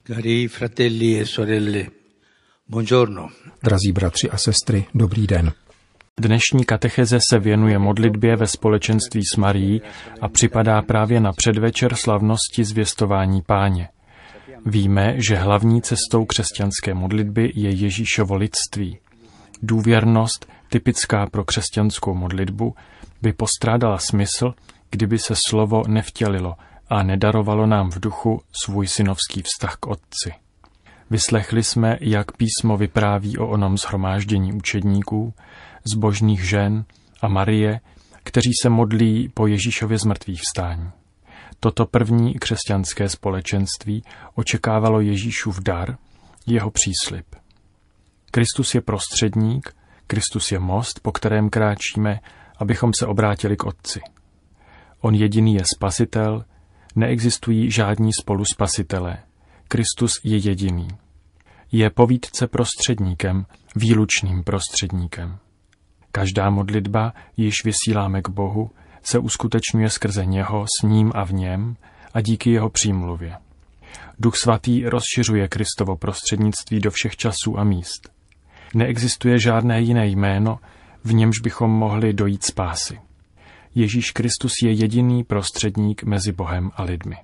Cari fratelli e sorelle, buongiorno. Drazí bratři a sestry, dobrý den. Dnešní katecheze se věnuje modlitbě ve společenství s Marií a připadá právě na předvečer slavnosti zvěstování Páně. Víme, že hlavní cestou křesťanské modlitby je Ježíšovo lidství. Důvěrnost, typická pro křesťanskou modlitbu, by postrádala smysl, kdyby se slovo nevtělilo a nedarovalo nám v duchu svůj synovský vztah k Otci. Vyslechli jsme, jak písmo vypráví o onom shromáždění učedníků, zbožných žen a Marie, kteří se modlí po Ježíšově zmrtvýchvstání. Toto první křesťanské společenství očekávalo Ježíšův dar, jeho příslib. Kristus je prostředník, Kristus je most, po kterém kráčíme, abychom se obrátili k Otci. On jediný je spasitel, neexistují žádní spoluspasitelé. Kristus je jediný. Je po výtce prostředníkem, výlučným prostředníkem. Každá modlitba, již vysíláme k Bohu, se uskutečňuje skrze něho, s ním a v něm a díky jeho přímluvě. Duch svatý rozšiřuje Kristovo prostřednictví do všech časů a míst. Neexistuje žádné jiné jméno, v němž bychom mohli dojít spásy. Ježíš Kristus je jediný prostředník mezi Bohem a lidmi.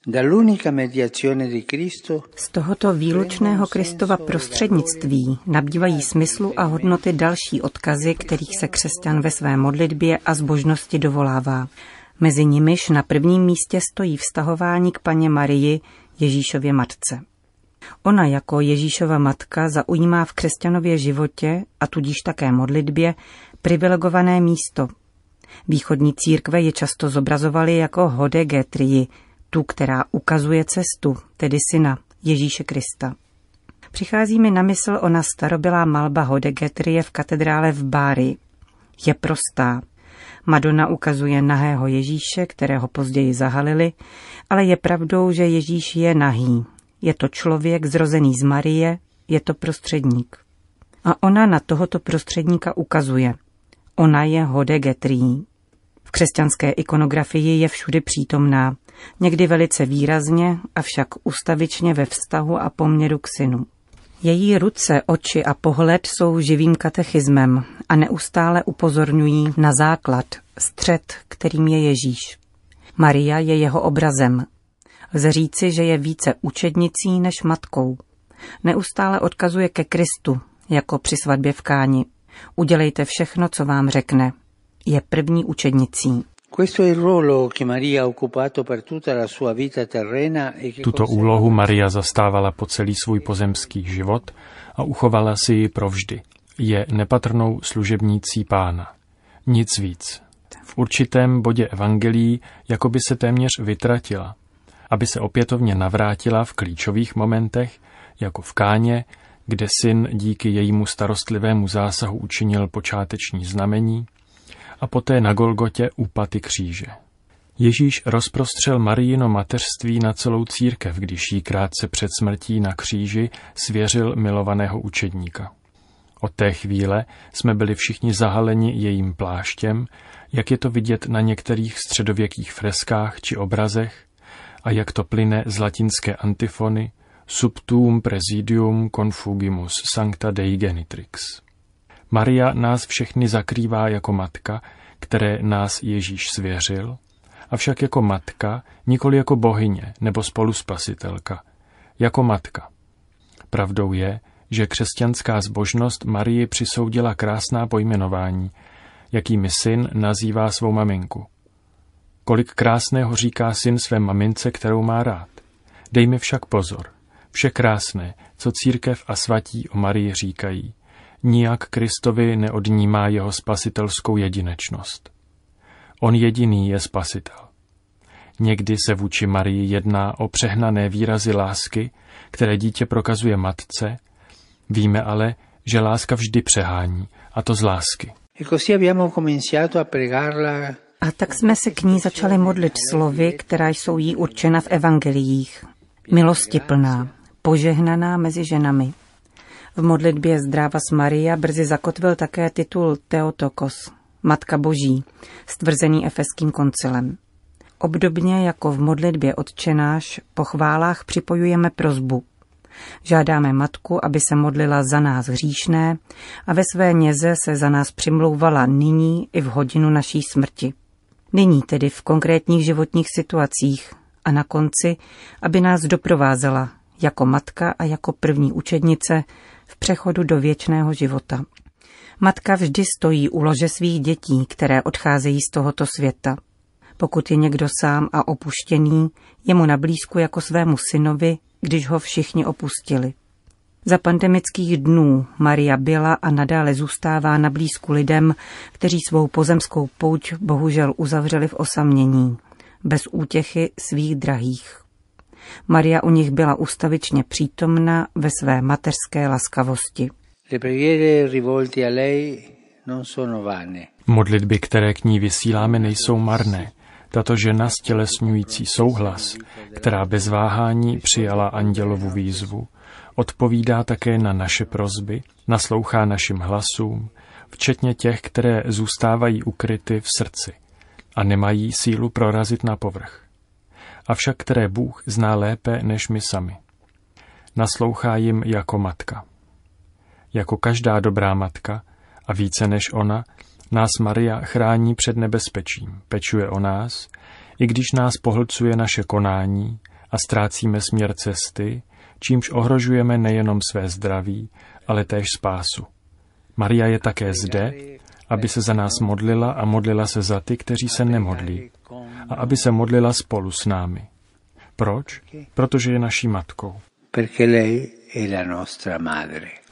Z tohoto výlučného Kristova prostřednictví nabývají smyslu a hodnoty další odkazy, kterých se křesťan ve své modlitbě a zbožnosti dovolává. Mezi nimiž na prvním místě stojí vztahování k Panně Marii, Ježíšově matce. Ona jako Ježíšova matka zaujímá v křesťanově životě a tudíž také modlitbě privilegované místo. Východní církve je často zobrazovaly jako hodegetrii, tu, která ukazuje cestu, tedy syna Ježíše Krista. Přichází mi na mysl ona starobylá malba hodegetrie v katedrále v Bari. Je prostá. Madonna ukazuje nahého Ježíše, kterého později zahalili, ale je pravdou, že Ježíš je nahý. Je to člověk zrozený z Marie, je to prostředník. A ona na tohoto prostředníka ukazuje. Ona je hodegetrií. V křesťanské ikonografii je všudy přítomná, někdy velice výrazně, avšak ustavičně ve vztahu a poměru k synu. Její ruce, oči a pohled jsou živým katechismem a neustále upozorňují na základ, střed, kterým je Ježíš. Maria je jeho obrazem. Lze říci, že je více učednicí než matkou. Neustále odkazuje ke Kristu, jako při svatbě v Káni. Udělejte všechno, co vám řekne. Je první učednicí. Tuto úlohu Maria zastávala po celý svůj pozemský život a uchovala si ji provždy. Je nepatrnou služebnící Pána. Nic víc. V určitém bodě evangelií jakoby se téměř vytratila, aby se opětovně navrátila v klíčových momentech, jako v Káně, kde syn díky jejímu starostlivému zásahu učinil počáteční znamení, a poté na Golgotě u paty kříže. Ježíš rozprostřel Mariino mateřství na celou církev, když jí krátce před smrtí na kříži svěřil milovaného učedníka. Od té chvíle jsme byli všichni zahaleni jejím pláštěm, jak je to vidět na některých středověkých freskách či obrazech a jak to plyne z latinské antifony Subtuum presidium confugimus sancta Dei genitrix. Maria nás všechny zakrývá jako matka, které nás Ježíš svěřil, avšak jako matka, nikoli jako bohyně nebo spoluspasitelka, jako matka. Pravdou je, že křesťanská zbožnost Marii přisoudila krásná pojmenování, jakými syn nazývá svou maminku. Kolik krásného říká syn své mamince, kterou má rád. Dejme však pozor, vše krásné, co církev a svatí o Marii říkají, nijak Kristovi neodnímá jeho spasitelskou jedinečnost. On jediný je spasitel. Někdy se vůči Marii jedná o přehnané výrazy lásky, které dítě prokazuje matce, víme ale, že láska vždy přehání, a to z lásky. A tak jsme se k ní začali modlit slovy, která jsou jí určena v evangeliích. Milostiplná, požehnaná mezi ženami. V modlitbě Zdravas Maria brzy zakotvil také titul Theotokos, Matka Boží, stvrzený Efeským koncilem. Obdobně jako v modlitbě Otčenáš po chválách připojujeme prosbu. Žádáme Matku, aby se modlila za nás hříšné a ve své něze se za nás přimlouvala nyní i v hodinu naší smrti. Nyní tedy v konkrétních životních situacích a na konci, aby nás doprovázela jako matka a jako první učednice v přechodu do věčného života. Matka vždy stojí u lože svých dětí, které odcházejí z tohoto světa. Pokud je někdo sám a opuštěný, je mu nablízku jako svému synovi, když ho všichni opustili. Za pandemických dnů Maria byla a nadále zůstává nablízku lidem, kteří svou pozemskou pouť bohužel uzavřeli v osamění, bez útěchy svých drahých. Maria u nich byla ustavičně přítomna ve své mateřské laskavosti. Modlitby, které k ní vysíláme, nejsou marné. Tato žena stělesňující souhlas, která bez váhání přijala andělovu výzvu, odpovídá také na naše prosby, naslouchá našim hlasům, včetně těch, které zůstávají ukryty v srdci a nemají sílu prorazit na povrch. Avšak které Bůh zná lépe než my sami. Naslouchá jim jako matka. Jako každá dobrá matka a více než ona, nás Maria chrání před nebezpečím, pečuje o nás, i když nás pohlcuje naše konání a ztrácíme směr cesty, čímž ohrožujeme nejenom své zdraví, ale též spásu. Maria je také zde, aby se za nás modlila a modlila se za ty, kteří se nemodlí, a aby se modlila spolu s námi. Proč? Protože je naší matkou. Perché lei è la nostra madre.